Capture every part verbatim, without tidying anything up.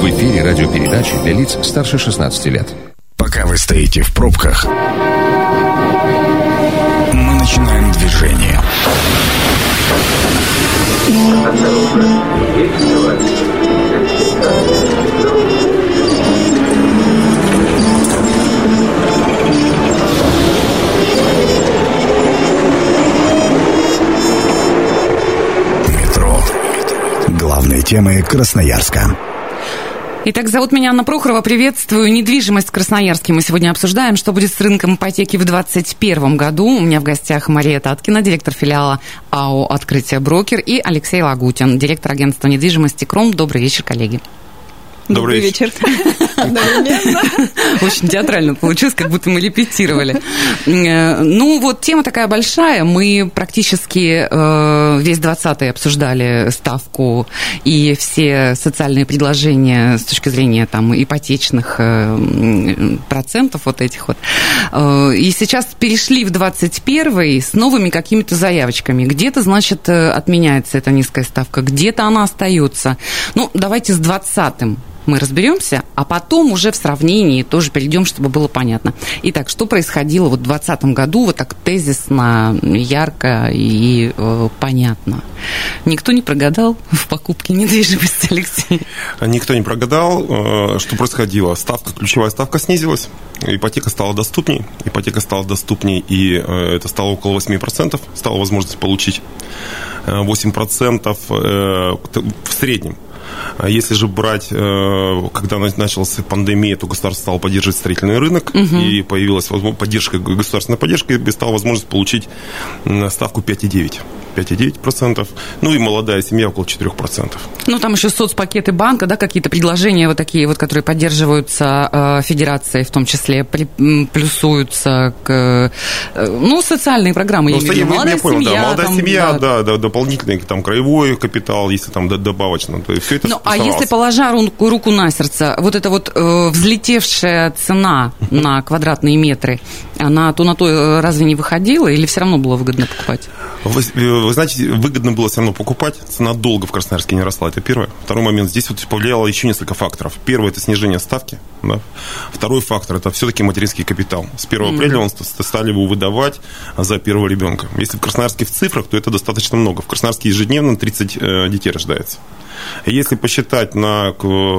В эфире радиопередачи для лиц старше шестнадцати лет. Пока вы стоите в пробках, мы начинаем движение. Метро. Главные темы Красноярска. Итак, зовут меня Анна Прохорова. Приветствую. Недвижимость в Красноярске. Мы сегодня обсуждаем, что будет с рынком ипотеки в двадцать первом году. У меня в гостях Мария Таткина, директор филиала АО «Открытие Брокер», и Алексей Лагутин, директор агентства недвижимости «Кром». Добрый вечер, коллеги. Добрый вечер. Очень театрально получилось, как будто мы репетировали. Ну, вот тема такая большая. Мы практически весь двадцатый обсуждали ставку и все социальные предложения с точки зрения там ипотечных процентов вот этих вот. И сейчас перешли в двадцать первый с новыми какими-то заявочками. Где-то, значит, отменяется эта низкая ставка, где-то она остается. Ну, давайте с двадцатым мы разберемся, а потом уже в сравнении тоже перейдем, чтобы было понятно. Итак, что происходило вот в двадцатом году, вот так тезисно, ярко и э, понятно? Никто не прогадал в покупке недвижимости, Алексей? Никто не прогадал. Что происходило? Ставка, ключевая ставка снизилась, ипотека стала доступней, ипотека стала доступней, и это стало около восемь процентов, стала возможность получить восемь процентов в среднем. Если же брать, когда началась пандемия, то государство стало поддерживать строительный рынок, угу. и появилась поддержка, государственная поддержка, и стала возможность получить ставку пять целых девять десятых. пять целых девять десятых процентов. Ну и молодая семья около четыре процента. Ну, там еще соцпакеты банка, да, какие-то предложения вот такие вот, которые поддерживаются э, федерацией, в том числе при, плюсуются к... Э, ну, социальные программы. Ну, я я, молодая я понял, семья. Да, молодая там, семья, да, да, да, дополнительный там краевой капитал, если там добавочно, то все это. Ну, а если, положа руку, руку на сердце, вот эта вот э, взлетевшая цена на квадратные метры, она то на то разве не выходила, или все равно было выгодно покупать? Вы, вы знаете, выгодно было все равно покупать. Цена долго в Красноярске не росла, это первое. Второй момент, здесь вот повлияло еще несколько факторов. Первый – это снижение ставки. Да? Второй фактор – это все-таки материнский капитал. С первого mm-hmm. апреля он стали его выдавать за первого ребенка. Если в Красноярске в цифрах, то это достаточно много. В Красноярске ежедневно тридцать э, детей рождается. Если посчитать на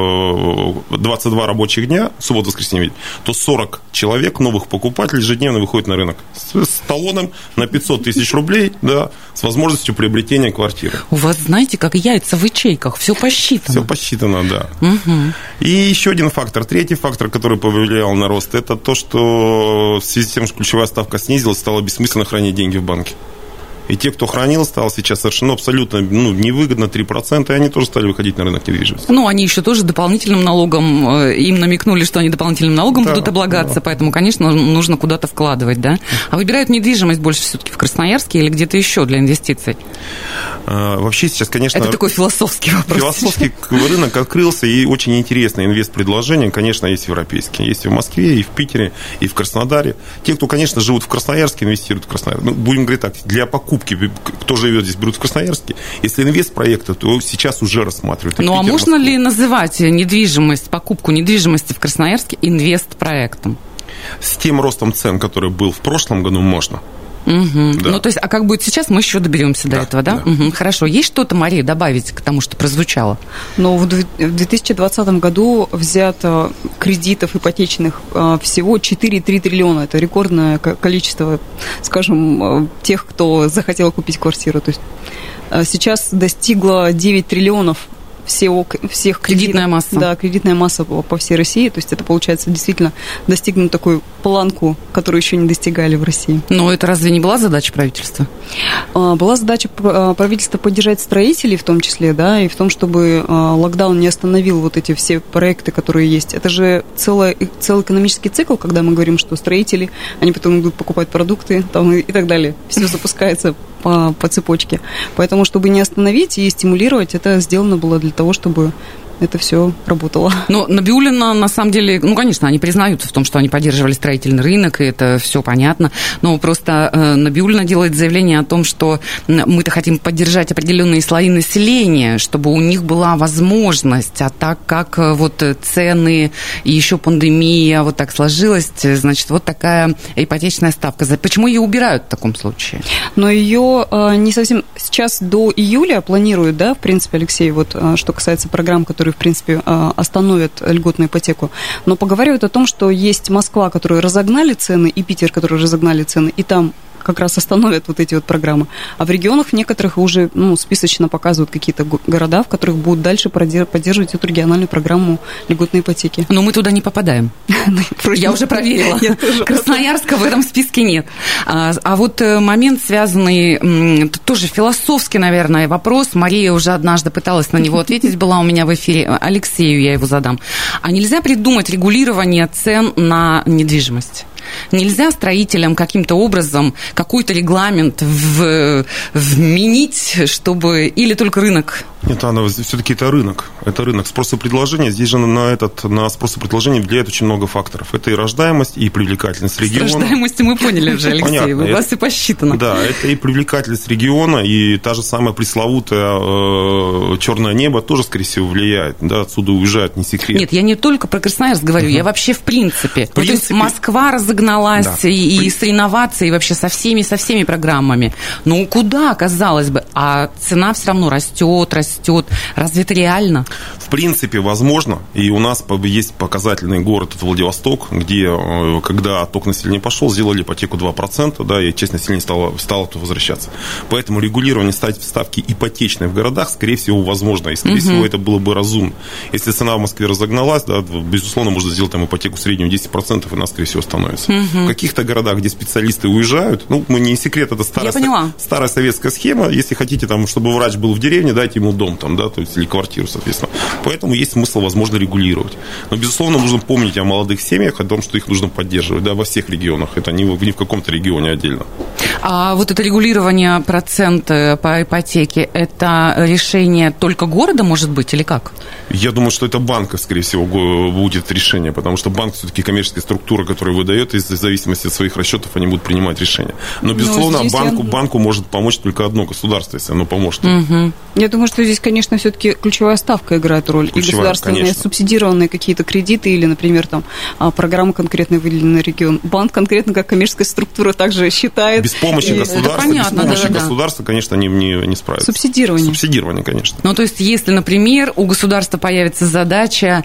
двадцать два рабочих дня, субботу-воскресенье, то сорок человек, новых покупателей, ежедневно выходят на рынок с талоном на пятьсот тысяч рублей, да, с возможностью приобретения квартиры. У вас, знаете, как яйца в ячейках, все посчитано. Все посчитано, да. Угу. И еще один фактор, третий фактор, который повлиял на рост, это то, что в связи с тем, что ключевая ставка снизилась, стало бессмысленно хранить деньги в банке. И те, кто хранил, стало сейчас совершенно абсолютно ну, невыгодно, три процента, и они тоже стали выходить на рынок недвижимости. Ну, они еще тоже дополнительным налогом, им намекнули, что они дополнительным налогом да, будут облагаться, да. Поэтому, конечно, нужно куда-то вкладывать, да? А выбирают недвижимость больше все-таки в Красноярске или где-то еще для инвестиций? А, вообще сейчас, конечно... Это такой философский вопрос. Философский рынок открылся, и очень интересные инвестпредложения, конечно, есть европейские. Есть и в Москве, и в Питере, и в Краснодаре. Те, кто, конечно, живут в Красноярске, инвестируют в Красноярск. Ну, будем говорить так, для покупки кто живет здесь, берут в Красноярске. Если инвестпроекты, то сейчас уже рассматривают. Ну, Питер, а можно Москва. ли называть недвижимость, покупку недвижимости в Красноярске инвестпроектом? С тем ростом цен, который был в прошлом году, можно. Угу. Да. Ну, то есть, а как будет сейчас, мы еще доберемся до да, этого, да? да. Угу. Хорошо. Есть что-то, Мария, добавить к тому, что прозвучало? Ну, в две тысячи двадцатом году взято кредитов ипотечных всего четыре целых три десятых триллиона. Это рекордное количество, скажем, тех, кто захотел купить квартиру. То есть сейчас достигло девять триллионов всего, всех кредитная кредитов, масса. Да, кредитная масса по, по всей России. То есть это, получается, действительно достигнуть такую планку, которую еще не достигали в России. Но это разве не была задача правительства? Была задача правительства поддержать строителей в том числе, да, и в том, чтобы локдаун не остановил вот эти все проекты, которые есть. Это же целый, целый экономический цикл, когда мы говорим, что строители, они потом идут покупать продукты там, и, и так далее. Все запускается по, по цепочке. Поэтому, чтобы не остановить и стимулировать, это сделано было для того, чтобы это все работало. Но Набиуллина, на самом деле, ну, конечно, они признаются в том, что они поддерживали строительный рынок, и это все понятно, но просто э, Набиуллина делает заявление о том, что мы-то хотим поддержать определенные слои населения, чтобы у них была возможность, а так как вот цены и еще пандемия вот так сложилась, значит, вот такая ипотечная ставка. Почему ее убирают в таком случае? Но ее э, не совсем... Сейчас до июля планируют, да, в принципе, Алексей, вот э, что касается программ, которые, в принципе, э, остановят льготную ипотеку. Но поговаривают о том, что есть Москва, которые разогнали цены, и Питер, которые разогнали цены, и там как раз остановят вот эти вот программы. А в регионах в некоторых уже ну, списочно показывают какие-то города, в которых будут дальше поддерживать эту региональную программу льготной ипотеки. Но мы туда не попадаем. Я уже проверила. Красноярска в этом списке нет. А вот момент, связанный, тоже философский, наверное, вопрос. Мария уже однажды пыталась на него ответить, была у меня в эфире. Алексею я его задам. А нельзя придумать регулирование цен на недвижимость? Нельзя строителям каким-то образом какой-то регламент в, вменить, чтобы... Или только рынок? Нет, Анна, все-таки это рынок. Это рынок спроса и предложения. Здесь же на, этот, на спрос и предложение влияет очень много факторов. Это и рождаемость, и привлекательность региона. С рождаемостью мы поняли уже, Алексей. У вас все посчитано. Да, это и привлекательность региона, и та же самая пресловутая э, черное небо тоже, скорее всего, влияет. Да, отсюда уезжают, не секрет. Нет, я не только про Красноярск говорю, uh-huh. я вообще в принципе. В принципе... Ну, то есть Москва разогналась да. и, и с реновацией, и вообще со всеми, со всеми программами. Ну, куда, казалось бы? А цена все равно растет, растет. Разве это реально? В принципе, возможно. И у нас есть показательный город, это Владивосток, где, когда отток населения пошел, сделали ипотеку два процента, да, и часть населения стала, стала возвращаться. Поэтому регулирование ставки ипотечной в городах, скорее всего, возможно. И, скорее угу. всего, это было бы разумно. Если цена в Москве разогналась, да, безусловно, можно сделать там ипотеку среднюю десять процентов, и она, скорее всего, становится. Угу. В каких-то городах, где специалисты уезжают, ну, мы не секрет, это старая, старая советская схема. Если хотите, там, чтобы врач был в деревне, дайте ему дом. Там, да, то есть, или квартиру, соответственно. Поэтому есть смысл, возможно, регулировать. Но, безусловно, нужно помнить о молодых семьях, о том, что их нужно поддерживать, да, во всех регионах. Это не в, не в каком-то регионе отдельно. А вот это регулирование процента по ипотеке, это решение только города, может быть, или как? Я думаю, что это банка, скорее всего, будет решение, потому что банк все-таки коммерческая структура, которая выдает, и в зависимости от своих расчетов они будут принимать решения. Но, безусловно, Но банку, я... банку может помочь только одно государство, если оно поможет. Угу. Я думаю, что здесь, конечно, все-таки ключевая ставка играет роль. Ключевая, и государственные конечно. Субсидированные какие-то кредиты или, например, там, программы конкретно выделены на регион. Банк конкретно как коммерческая структура также считает. Без помощи и... государства, понятно, без помощи да, да, государства, да. конечно, они не, не справятся. Субсидирование. Субсидирование, конечно. Ну, то есть, если, например, у государства появится задача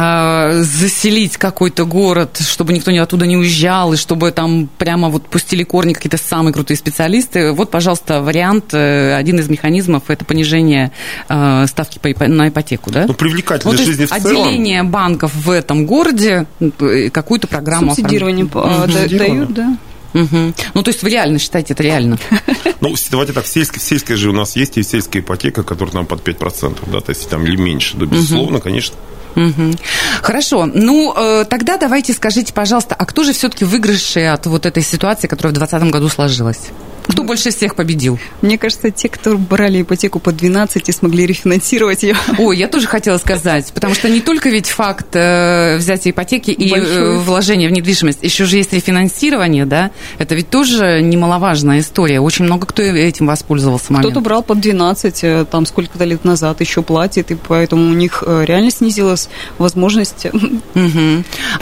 э, заселить какой-то город, чтобы никто оттуда не уезжал, и чтобы там прямо вот пустили корни какие-то самые крутые специалисты, вот, пожалуйста, вариант, э, один из механизмов, это понижение э, ставки по, на ипотеку, да? Ну, привлекательность вот, жизни в целом. Отделение банков в этом городе какую-то программу субсидирование оформляют. Дают, да. Угу. Ну, то есть вы реально считаете это реально? Ну, давайте так, в сельской, в сельской же у нас есть и сельская ипотека, которая там под пять процентов, да, то есть там или меньше, да, безусловно, угу. конечно. Угу. Хорошо. Ну, э, тогда давайте скажите, пожалуйста, а кто же все-таки выигрыши от вот этой ситуации, которая в двадцатом году сложилась? Кто больше всех победил? Мне кажется, те, кто брали ипотеку по двенадцать и смогли рефинансировать ее. Ой, я тоже хотела сказать, потому что не только ведь факт э, взятия ипотеки и э, вложения в недвижимость, еще же есть рефинансирование, да? Это ведь тоже немаловажная история. Очень много кто этим воспользовался. Момент. Кто-то брал по двенадцать, там сколько-то лет назад еще платит, и поэтому у них реально снизилась возможность. Угу.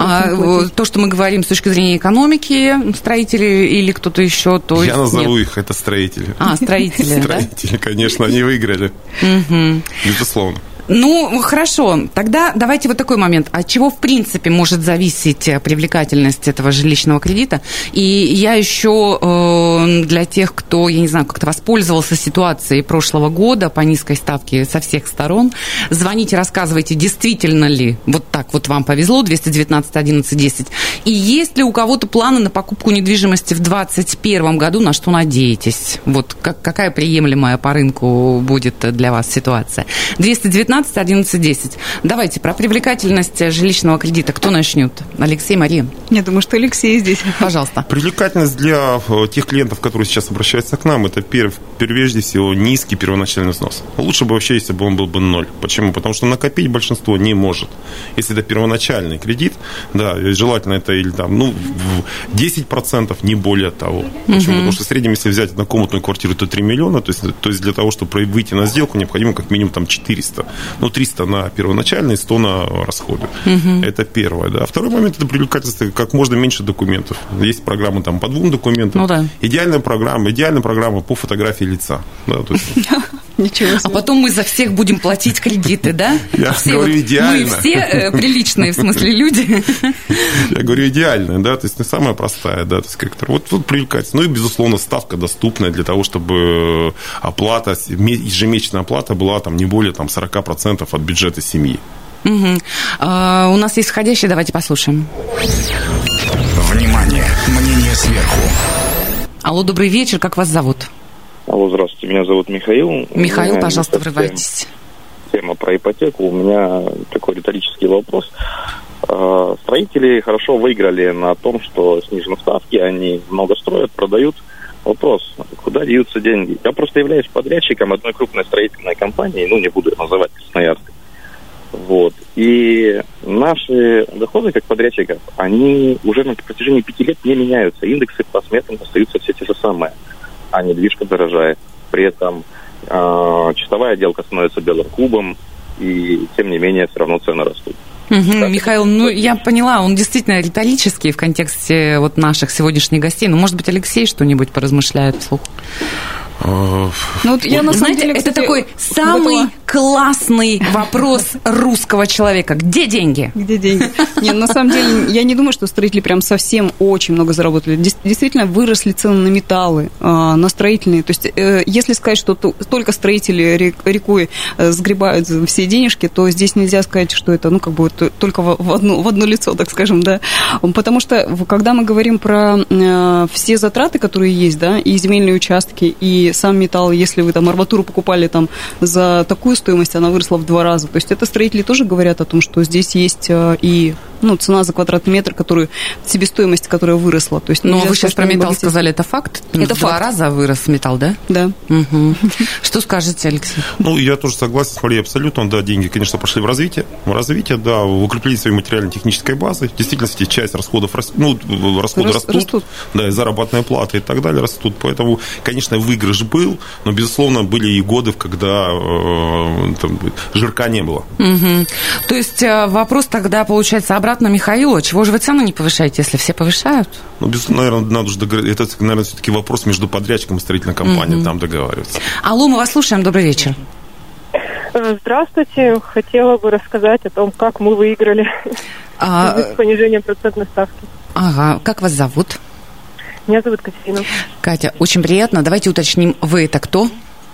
А, то, что мы говорим с точки зрения экономики, строители или кто-то еще, то я назову их, это строители. А, строители, Строители, конечно, они выиграли. Безусловно. Ну, хорошо. Тогда давайте вот такой момент. От чего, в принципе, может зависеть привлекательность этого жилищного кредита? И я еще э, для тех, кто, я не знаю, как-то воспользовался ситуацией прошлого года по низкой ставке со всех сторон, звоните, рассказывайте, действительно ли вот так вот вам повезло, двести девятнадцать одиннадцать десять. И есть ли у кого-то планы на покупку недвижимости в двадцать первом году, на что надеетесь? Вот как, какая приемлемая по рынку будет для вас ситуация? двести девятнадцать девятнадцать одиннадцать десять. Давайте про привлекательность жилищного кредита. Кто начнет? Алексей, Мария? Я думаю, что Алексей здесь. Пожалуйста. Привлекательность для тех клиентов, которые сейчас обращаются к нам, это прежде всего низкий первоначальный взнос. Лучше бы вообще, если бы он был бы ноль. Почему? Потому что накопить большинство не может. Если это первоначальный кредит, да, желательно это или там, ну, десять процентов, не более того. Почему? Угу. Потому что в среднем, если взять однокомнатную квартиру, то три миллиона, то есть, то есть для того, чтобы выйти на сделку, необходимо как минимум там четыреста. Ну, триста на первоначальные, сто на расходы. Угу. Это первое, да. Второй момент – это привлекательность, как можно меньше документов. Есть программы там по двум документам. Ну, да. Идеальная программа, идеальная программа по фотографии лица. Да, то есть... Ничего себе. А потом мы за всех будем платить кредиты, да? Я все говорю, вот, идеально. Мы все э, приличные, в смысле, люди. Я говорю, идеальная, да, то есть не самая простая, да, то есть как-то вот, вот привлекательность. Ну и, безусловно, ставка доступная для того, чтобы оплата, ежемесячная оплата была там не более там, сорок процентов от бюджета семьи. Угу. А, у нас есть входящие, давайте послушаем. Внимание, мнение сверху. Алло, добрый вечер, как вас зовут? Алло, здравствуйте, меня зовут Михаил. Михаил, пожалуйста, врывайтесь. Тема про ипотеку. У меня такой риторический вопрос. Строители хорошо выиграли на том, что снижены ставки, они много строят, продают. Вопрос, куда деются деньги? Я просто являюсь подрядчиком одной крупной строительной компании, ну, не буду ее называть, Красноярской. Вот. И наши доходы, как подрядчиков, они уже на протяжении пяти лет не меняются. Индексы по сметам остаются все те же самые. А недвижка дорожает. При этом э, чистовая отделка становится белым кубом, и тем не менее все равно цены растут. Угу, Михаил, ну я поняла, он действительно риторический в контексте вот наших сегодняшних гостей. Ну, может быть, Алексей что-нибудь поразмышляет вслух? Ну, вот я, на самом Знаете, деле, это кстати, такой самый готова... классный вопрос русского человека. Где деньги? Где деньги? Нет, на самом деле, я не думаю, что строители прям совсем очень много заработали. Действительно, выросли цены на металлы, на строительные. То есть, если сказать, что только строители рекой сгребают все денежки, то здесь нельзя сказать, что это, ну, как бы только в одно, в одно лицо, так скажем, да. Потому что, когда мы говорим про все затраты, которые есть, да, и земельные участки, и сам металл, если вы там арматуру покупали там за такую стоимость, она выросла в два раза. То есть это строители тоже говорят о том, что здесь есть и, ну, цена за квадратный метр, которую, себестоимость, которая выросла. То есть, но вы сейчас про металл сказали, это факт? Это в два раза вырос металл, да? Да. Угу. Что скажете, Алексей? Ну, я тоже согласен с Марией абсолютно. Да, деньги, конечно, пошли в развитие. В развитие, да, в укрепление своей материально-технической базы. В действительности, часть расходов, ну, расходы Рас, растут, растут, да, и заработная плата и так далее растут. Поэтому, конечно, выигрыш был, но, безусловно, были и годы, когда э, там, жирка не было. Угу. То есть вопрос тогда, получается, обратно Михаилу. Чего же вы цену не повышаете, если все повышают? Ну, безусловно, наверное, надо же договориться. Это, наверное, все-таки вопрос между подрядчиком и строительной компанией. Угу. Там договариваться. Алло, мы вас слушаем. Добрый вечер. Здравствуйте. Хотела бы рассказать о том, как мы выиграли а... с понижением процентной ставки. Ага. Как вас зовут? Меня зовут Катерина. Катя, очень приятно. Давайте уточним, вы это кто?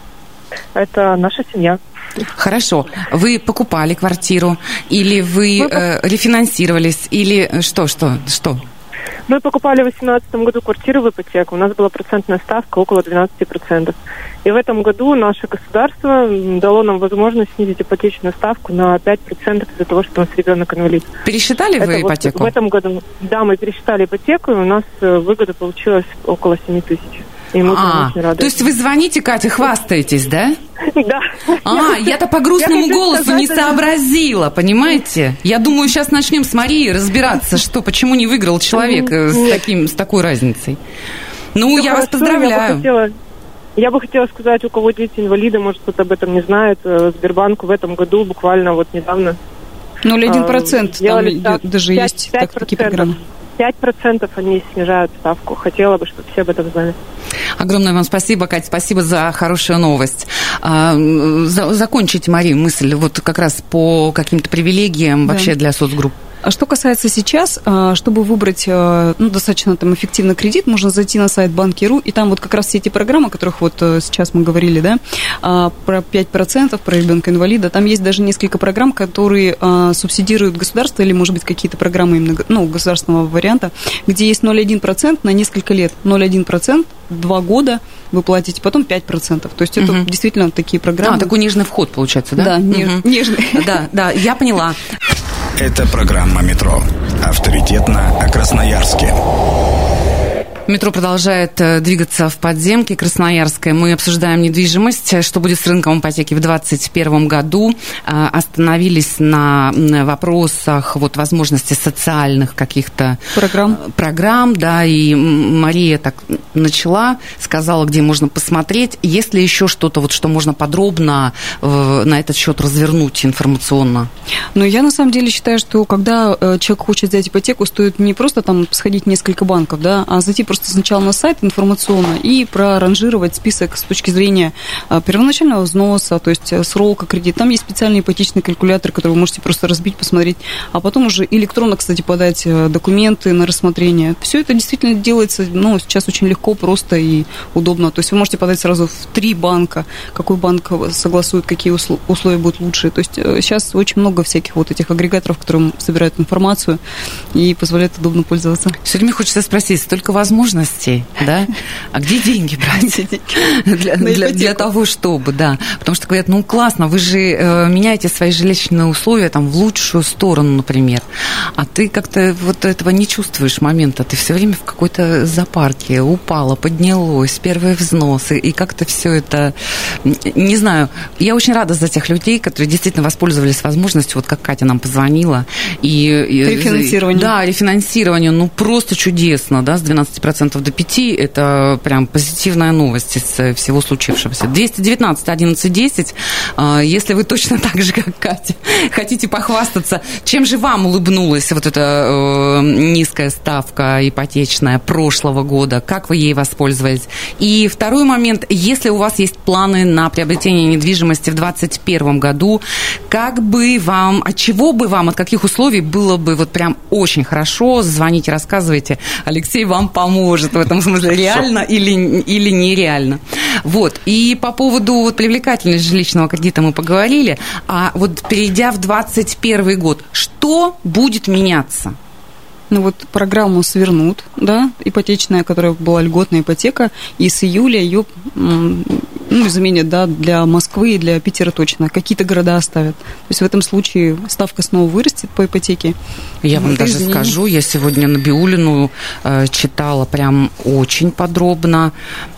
Это наша семья. Хорошо. Вы покупали квартиру, или вы Мы... э, рефинансировались, или что, что, что? Мы покупали в две тысячи восемнадцатом году квартиру в ипотеку. У нас была процентная ставка около двенадцать процентов. И в этом году наше государство дало нам возможность снизить ипотечную ставку на пять процентов из-за того, что у нас ребенок инвалид. Пересчитали Это вы вот ипотеку? В этом году, да, мы пересчитали ипотеку, и у нас выгода получилась около семь тысяч. И мы а, очень рады. То есть вы звоните, Катя, хвастаетесь, да? Да. А, я-то по грустному голосу не сообразила, понимаете? Я думаю, сейчас начнем с Марией разбираться, что, почему не выиграл человек с, таким, с такой разницей. Ну, я вас поздравляю. Я бы хотела сказать, у кого дети инвалиды, может, кто-то об этом не знает, Сбербанк в этом году, буквально вот недавно... ноль целых один процент там даже есть такие программы. пять процентов они снижают ставку. Хотела бы, чтобы все об этом знали. Огромное вам спасибо, Катя, спасибо за хорошую новость. Закончите, Мария, мысль вот как раз по каким-то привилегиям да. вообще для соцгрупп. А что касается сейчас, чтобы выбрать ну, достаточно там, эффективный кредит, можно зайти на сайт Банки.ру, и там вот как раз все эти программы, о которых вот сейчас мы говорили, да, про пять процентов, про ребенка-инвалида, там есть даже несколько программ, которые субсидируют государство, или, может быть, какие-то программы именно ну, государственного варианта, где есть ноль целых один процент на несколько лет, ноль целых один процент, два года, вы платите, потом пять процентов. То есть это угу. действительно такие программы. А, такой нежный вход получается, да? Да, неж, угу. нежный. Да, да, я поняла. Это программа «Метро». Авторитетно о Красноярске. Метро продолжает двигаться в подземке Красноярской. Мы обсуждаем недвижимость, что будет с рынком ипотеки в двадцать первом году. Остановились на вопросах вот, возможности социальных каких-то программ. программ, да, и Мария так начала, сказала, где можно посмотреть. Есть ли еще что-то, вот, что можно подробно на этот счет развернуть информационно? Ну, я на самом деле считаю, что когда человек хочет взять ипотеку, стоит не просто там сходить в несколько банков, да, а зайти просто сначала на сайт информационно и проранжировать список с точки зрения первоначального взноса, то есть срока кредита. Там есть специальный ипотечный калькулятор, который вы можете просто разбить, посмотреть, а потом уже электронно, кстати, подать документы на рассмотрение. Все это действительно делается, ну, сейчас очень легко, просто и удобно. То есть вы можете подать сразу в три банка, какой банк согласует, какие условия будут лучше. То есть сейчас очень много всяких вот этих агрегаторов, которые собирают информацию и позволяют удобно пользоваться. Все время хочется спросить, столько возможностей, да? А где деньги брать? Для, для, для того, чтобы, да. Потому что говорят, ну классно, вы же э, меняете свои жилищные условия там, в лучшую сторону, например. А ты как-то вот этого не чувствуешь момента. Ты все время в какой-то запарке упала, поднялось, первые взносы. И как-то все это... Не знаю. Я очень рада за тех людей, которые действительно воспользовались возможностью, вот как Катя нам позвонила. И, рефинансирование. Да, рефинансирование. Ну, просто чудесно, да, с двенадцати процентов до пяти процентов. Это прям позитивная новость из всего случившегося. двести девятнадцать одиннадцать десять. Если вы точно так же, как Катя, хотите похвастаться, чем же вам улыбнулась вот эта э, низкая ставка ипотечная прошлого года, как вы ей воспользовались? И второй момент, если у вас есть планы на приобретение недвижимости в двадцать первом году, как бы вам, от чего бы вам, от каких условий было бы вот прям очень хорошо, звоните, рассказывайте, Алексей вам поможет в этом смысле, реально или, или нереально. Вот, и по поводу вот, привлекательности жилищного кредита мы поговорили, а вот перейдя в двадцать первый год, что будет меняться? Ну вот программу свернут, да, ипотечная, которая была льготная ипотека, и с июля ее, ну, заменят, да, для Москвы и для Питера точно. Какие-то города оставят. То есть в этом случае ставка снова вырастет по ипотеке. Я вам даже скажу, я сегодня Набиуллину э, читала прям очень подробно.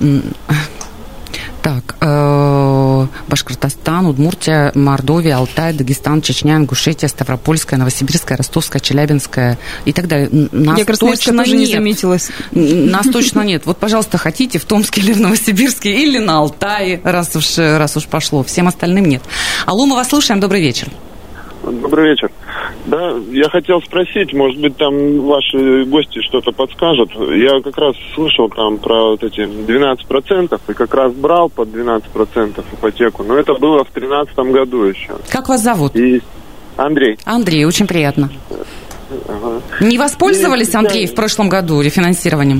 Так, э, Башкортостан, Удмуртия, Мордовия, Алтай, Дагестан, Чечня, Ингушетия, Ставропольская, Новосибирская, Ростовская, Челябинская и так далее. Нас Я Красноярска точно тоже нет. не заметилась. Нас точно нет. Вот, пожалуйста, хотите в Томске или в Новосибирске, или на Алтае, раз уж, раз уж пошло. Всем остальным нет. Алло, мы вас слушаем. Добрый вечер. Добрый вечер. Да, я хотел спросить, может быть, там ваши гости что-то подскажут. Я как раз слышал там про вот эти двенадцать процентов и как раз брал под двенадцать процентов ипотеку, но это было в тринадцатом году еще. Как вас зовут? И... Андрей. Андрей, очень приятно. Ага. Не воспользовались, и... Андрей, в прошлом году рефинансированием?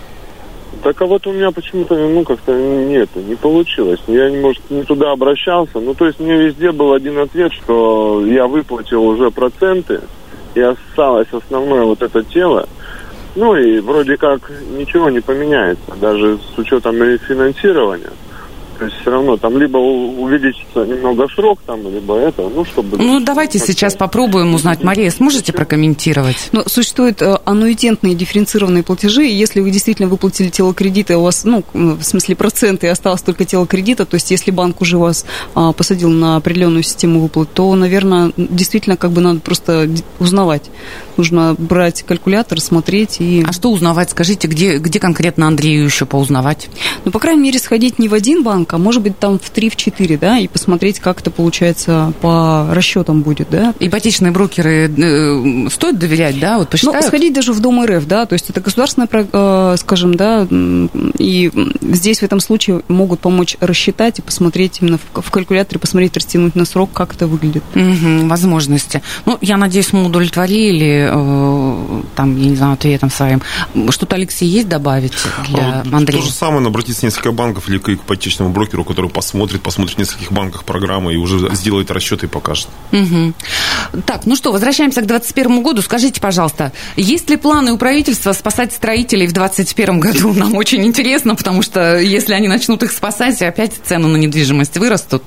Так а вот у меня почему-то, ну, как-то нет, не получилось. Я, может, не туда обращался. Ну, то есть мне везде был один ответ, что я выплатил уже проценты, и осталось основное вот это тело. Ну, и вроде как ничего не поменяется, даже с учетом рефинансирования. То есть все равно там либо увеличится немного срок, там, либо это, ну, чтобы... Ну, давайте сейчас попробуем узнать. Мария, сможете прокомментировать? Ну, существуют аннуитетные дифференцированные платежи, и если вы действительно выплатили тело кредита, у вас, ну, в смысле проценты, и осталось только тело кредита, то есть если банк уже вас а, посадил на определенную систему выплат, то, наверное, действительно как бы надо просто узнавать. Нужно брать калькулятор, смотреть и... А что узнавать? Скажите, где, где конкретно Андрею еще поузнавать? Ну, по крайней мере, сходить не в один банк, а может быть там в три-четыре, да, и посмотреть, как это получается по расчетам будет, да. Ипотечные брокеры э, стоит доверять, да, вот посчитают? Ну, сходить даже в Дом РФ, да, то есть это государственная, э, скажем, да, и здесь в этом случае могут помочь рассчитать и посмотреть именно в, в калькуляторе, посмотреть, растянуть на срок, как это выглядит. Угу, возможности. Ну, я надеюсь, мы удовлетворили, э, там, я не знаю, ответом своим. Что-то, Алексей, есть добавить для а, Андрея? То же самое, обратиться в несколько банков или к ипотечному брокеру, который посмотрит, посмотрит в нескольких банках программы и уже сделает расчеты и покажет. Угу. Так, ну что, возвращаемся к двадцать первому году. Скажите, пожалуйста, есть ли планы у правительства спасать строителей в двадцать первом году? Нам очень интересно, потому что если они начнут их спасать, опять цены на недвижимость вырастут.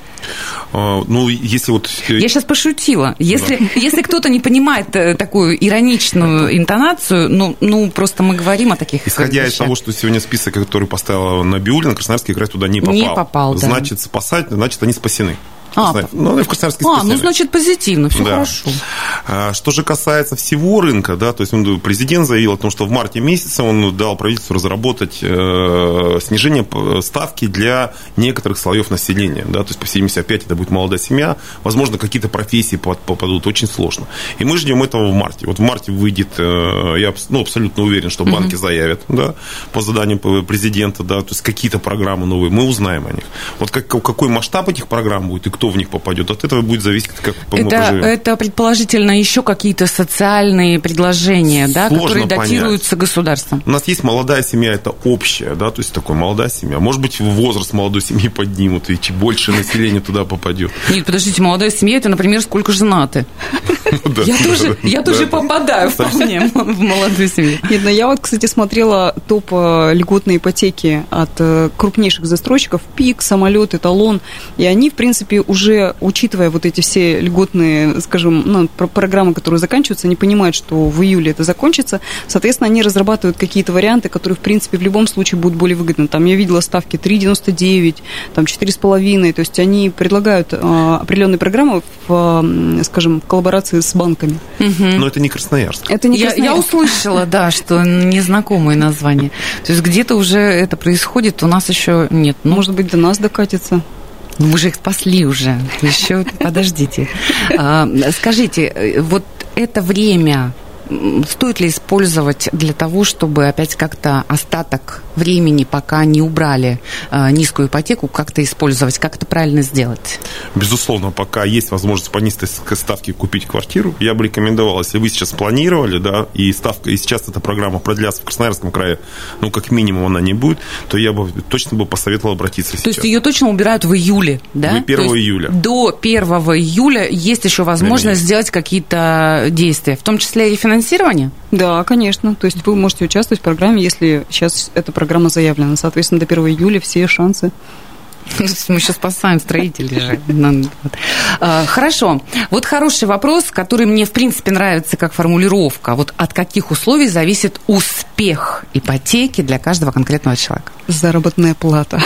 Ну, если вот... Я сейчас пошутила. Если, да. если кто-то не понимает такую ироничную интонацию, ну, ну просто мы говорим о таких Исходя вещах. из того, что сегодня список, который поставила Набиуллина, Красноярский край туда не попал. Не попал, да. Значит, спасать, значит, они спасены. А, ну, и в Красноярске а ну, значит, позитивно, все да. хорошо. Что же касается всего рынка, да, то есть он, президент заявил о том, что в марте месяце он дал правительству разработать э, снижение ставки для некоторых слоев населения, да, то есть, по всей видимости, опять это будет молодая семья, возможно, какие-то профессии попадут, очень сложно. И мы ждем этого в марте. Вот в марте выйдет, э, я ну, абсолютно уверен, что банки mm-hmm. заявят, да, по заданию президента, да, то есть какие-то программы новые, мы узнаем о них. Вот как, какой масштаб этих программ будет и кто в них попадет, от этого будет зависеть, как мы это, поживем. Это, предположительно, еще какие-то социальные предложения, да, которые понять. датируются государством. У нас есть молодая семья, это общая, да, то есть такая молодая семья. Может быть, возраст молодой семьи поднимут, и больше населения туда попадет. Нет, подождите, молодая семья, это, например, сколько женаты? Я тоже попадаю вполне в молодую семью. Нет, но я вот, кстати, смотрела топ льготной ипотеки от крупнейших застройщиков, ПИК, Самолет, Эталон, и они, в принципе, уже, учитывая вот эти все льготные, скажем, ну, программы, которые заканчиваются, они понимают, что в июле это закончится, соответственно, они разрабатывают какие-то варианты, которые, в принципе, в любом случае будут более выгодны. Там я видела ставки три девяносто девять, там четыре с половиной, то есть они предлагают а, определенные программы в, скажем, в коллаборации с банками. Угу. Но это не Красноярск. Это не я, Красноярск. Я услышала, да, что незнакомые названия. То есть где-то уже это происходит, у нас еще нет. Ну, может быть, до нас докатится. Мы же их спасли уже. Еще подождите. Скажите, вот это время стоит ли использовать для того, чтобы опять как-то остаток времени, пока не убрали низкую ипотеку, как-то использовать? Как это правильно сделать? Безусловно, пока есть возможность по низкой ставке купить квартиру, я бы рекомендовал, если вы сейчас планировали, да, и ставка, и сейчас эта программа продлятся в Красноярском крае, ну, как минимум она не будет, то я бы точно бы посоветовал обратиться сейчас. То есть ее точно убирают в июле, да? До первого июля. До первого июля есть еще возможность Времени. сделать какие-то действия, в том числе и финансирование? Да, конечно. То есть вы можете участвовать в программе, если сейчас эта программа заявлена. Соответственно, до первого июля все шансы. Мы сейчас спасаем строителей же. Хорошо. Вот хороший вопрос, который мне, в принципе, нравится как формулировка. Вот от каких условий зависит успех ипотеки для каждого конкретного человека? Заработная плата.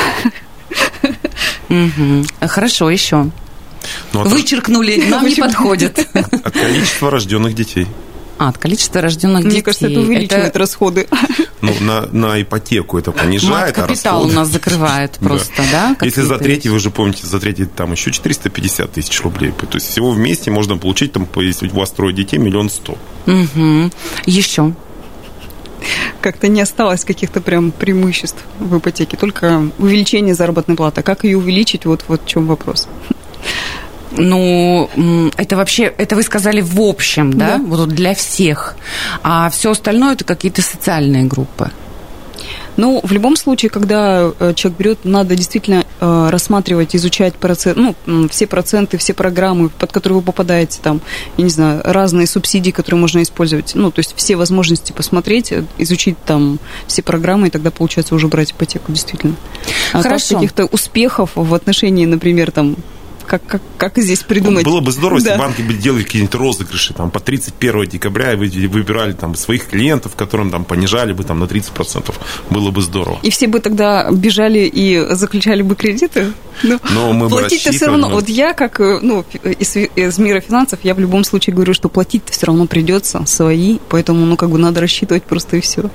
Хорошо, еще. Вычеркнули, нам не подходит. От количества рожденных детей. А, от количества рожденных детей. Мне кажется, это увеличивает это... расходы. Ну, на, на ипотеку это понижает, а капитал расходы... у нас закрывает просто, да? да? Если за третий, вы же помните, за третий там еще четыреста пятьдесят тысяч рублей. То есть всего вместе можно получить, там, если у вас трое детей, миллион сто. Угу. Еще? Как-то не осталось каких-то прям преимуществ в ипотеке, только увеличение заработной платы. Как ее увеличить, вот, вот в чем вопрос. Ну, это вообще, это вы сказали в общем, да, да. Вот для всех, а все остальное это какие-то социальные группы. Ну, в любом случае, когда человек берет, надо действительно рассматривать, изучать процент, ну, все проценты, все программы, под которые вы попадаете, там, я не знаю, разные субсидии, которые можно использовать, ну, то есть все возможности посмотреть, изучить там все программы, и тогда, получается, уже брать ипотеку, действительно. А Хорошо. каких-то успехов в отношении, например, там, Как, как, как здесь придумать? Было бы здорово, да. если банки бы делали какие-нибудь розыгрыши там, по тридцать первого декабря, и вы выбирали там, своих клиентов, которым там, понижали бы там, на тридцать процентов. Было бы здорово. И все бы тогда бежали и заключали бы кредиты? Ну, Но мы бы платить-то все равно. Вот я, как ну, из, из мира финансов, я в любом случае говорю, что платить-то все равно придется свои, поэтому ну, как бы надо рассчитывать просто и все.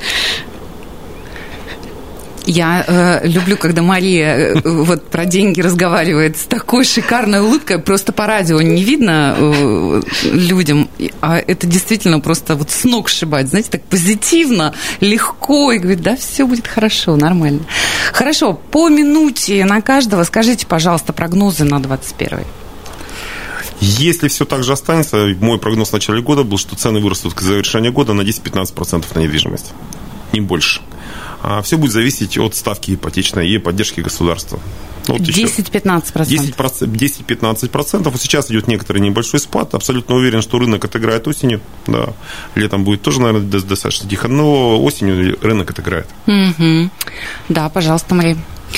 Я э, люблю, когда Мария э, вот про деньги разговаривает с такой шикарной улыбкой, просто по радио не видно э, людям, а это действительно просто вот с ног сшибать, знаете, так позитивно, легко, и говорит, да, все будет хорошо, нормально. Хорошо, по минуте на каждого скажите, пожалуйста, прогнозы на двадцать первый. Если все так же останется, мой прогноз в начале года был, что цены вырастут к завершению года на десять-пятнадцать процентов на недвижимость, не больше. А все будет зависеть от ставки ипотечной и поддержки государства. Вот десять-пятнадцать процентов. десять-пятнадцать процентов. Вот сейчас идет некоторый небольшой спад. Абсолютно уверен, что рынок отыграет осенью. Да. Летом будет тоже, наверное, достаточно тихо, но осенью рынок отыграет. Угу. Да, пожалуйста, Мария.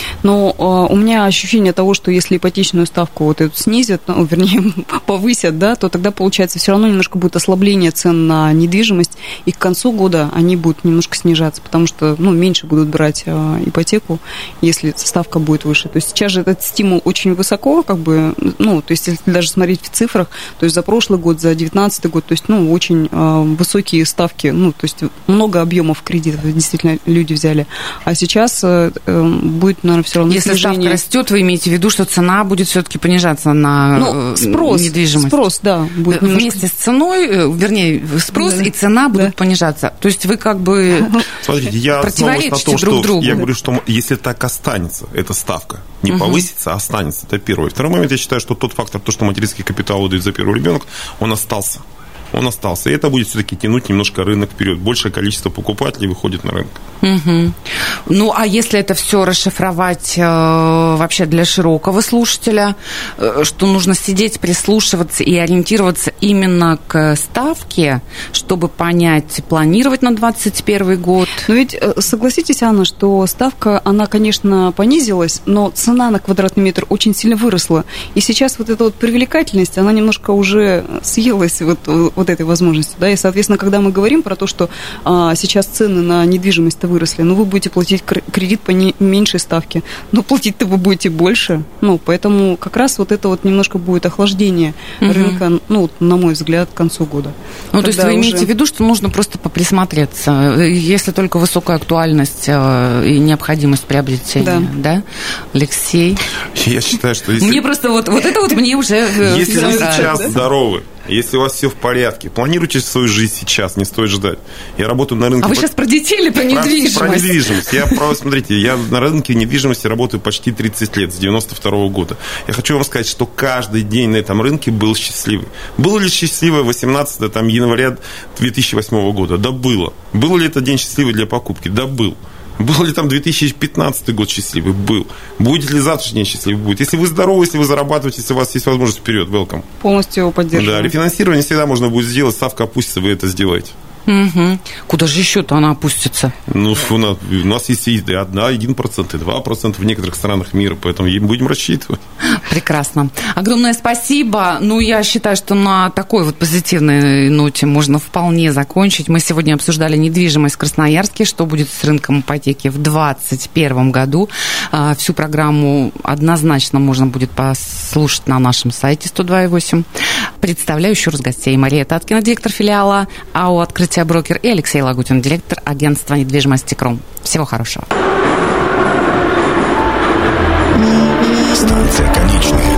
Но э, у меня ощущение того, что если ипотечную ставку вот эту снизят, ну, вернее, повысят, да, то тогда, получается, все равно немножко будет ослабление цен на недвижимость, и к концу года они будут немножко снижаться, потому что, ну, меньше будут брать э, ипотеку, если ставка будет выше. То есть сейчас же этот стимул очень высоко, как бы, ну, то есть если даже смотреть в цифрах, то есть за прошлый год, за девятнадцатый год, то есть, ну, очень э, высокие ставки, ну, то есть много объемов кредитов действительно люди взяли. А сейчас э, э, будет, наверное, все равно Если снижение. ставка растет, вы имеете в виду, что цена будет все-таки понижаться на ну, спрос, недвижимость? Спрос, да. Будет Вместе немножко... с ценой, вернее, спрос да. и цена будут да. понижаться. То есть вы как бы Смотрите, я основываюсь на том, друг что другу. я говорю, что если так останется эта ставка, не угу. повысится, а останется, это первое. Второй момент, я считаю, что тот фактор, то, что материнский капитал выдают за первый ребенок, он остался. Он остался. И это будет все-таки тянуть немножко рынок вперед. Большее количество покупателей выходит на рынок. Угу. Ну, а если это все расшифровать э, вообще для широкого слушателя, э, что нужно сидеть, прислушиваться и ориентироваться именно к ставке, чтобы понять, планировать на двадцать первый год? Но ведь согласитесь, Анна, что ставка, она, конечно, понизилась, но цена на квадратный метр очень сильно выросла. И сейчас вот эта вот привлекательность, она немножко уже съелась вот, вот этой возможностью. Да? И, соответственно, когда мы говорим про то, что а, сейчас цены на недвижимость-то выросли, ну, вы будете платить кредит по не, меньшей ставке, но платить-то вы будете больше. Ну, поэтому как раз вот это вот немножко будет охлаждение угу. рынка, ну, на мой взгляд, к концу года. Ну, то есть вы уже... имеете в виду, что нужно просто поприсмотреться, если только высокая актуальность и необходимость приобретения, да? да? Алексей? Я считаю, что если... Мне просто вот, вот это вот мне уже... Если вы сейчас да? здоровы, если у вас все в порядке, планируйте свою жизнь сейчас, не стоит ждать. Я работаю на рынке... А вы сейчас про детей или про недвижимость? Про, про недвижимость. Я, про, смотрите, я на рынке недвижимости работаю почти тридцать лет, с девяносто второго года. Я хочу вам сказать, что каждый день на этом рынке был счастливый. Было ли счастливое восемнадцатого там, января две тысячи восьмого года? Да, было. Был ли этот день счастливый для покупки? Да, был. Был ли там две тысячи пятнадцатый год счастливый? Был. Будет ли завтрашний день счастливый? Будет. Если вы здоровы, если вы зарабатываете, если у вас есть возможность, вперед, welcome. Полностью его поддерживаю. Да, рефинансирование всегда можно будет сделать, ставка опустится, вы это сделаете. Угу. Куда же еще-то она опустится? Ну, у нас, у нас есть и одна, один процент, и два процента в некоторых странах мира, поэтому будем рассчитывать. Прекрасно. Огромное спасибо. Ну, я считаю, что на такой вот позитивной ноте можно вполне закончить. Мы сегодня обсуждали недвижимость в Красноярске, что будет с рынком ипотеки в двадцать первом году. Всю программу однозначно можно будет послушать на нашем сайте сто два и восемь. Представляю еще раз гостей. Мария Таткина, директор филиала АО «Открытие Брокер», и Алексей Лагутин, директор агентства недвижимости «Кром». Всего хорошего. Станция конечная.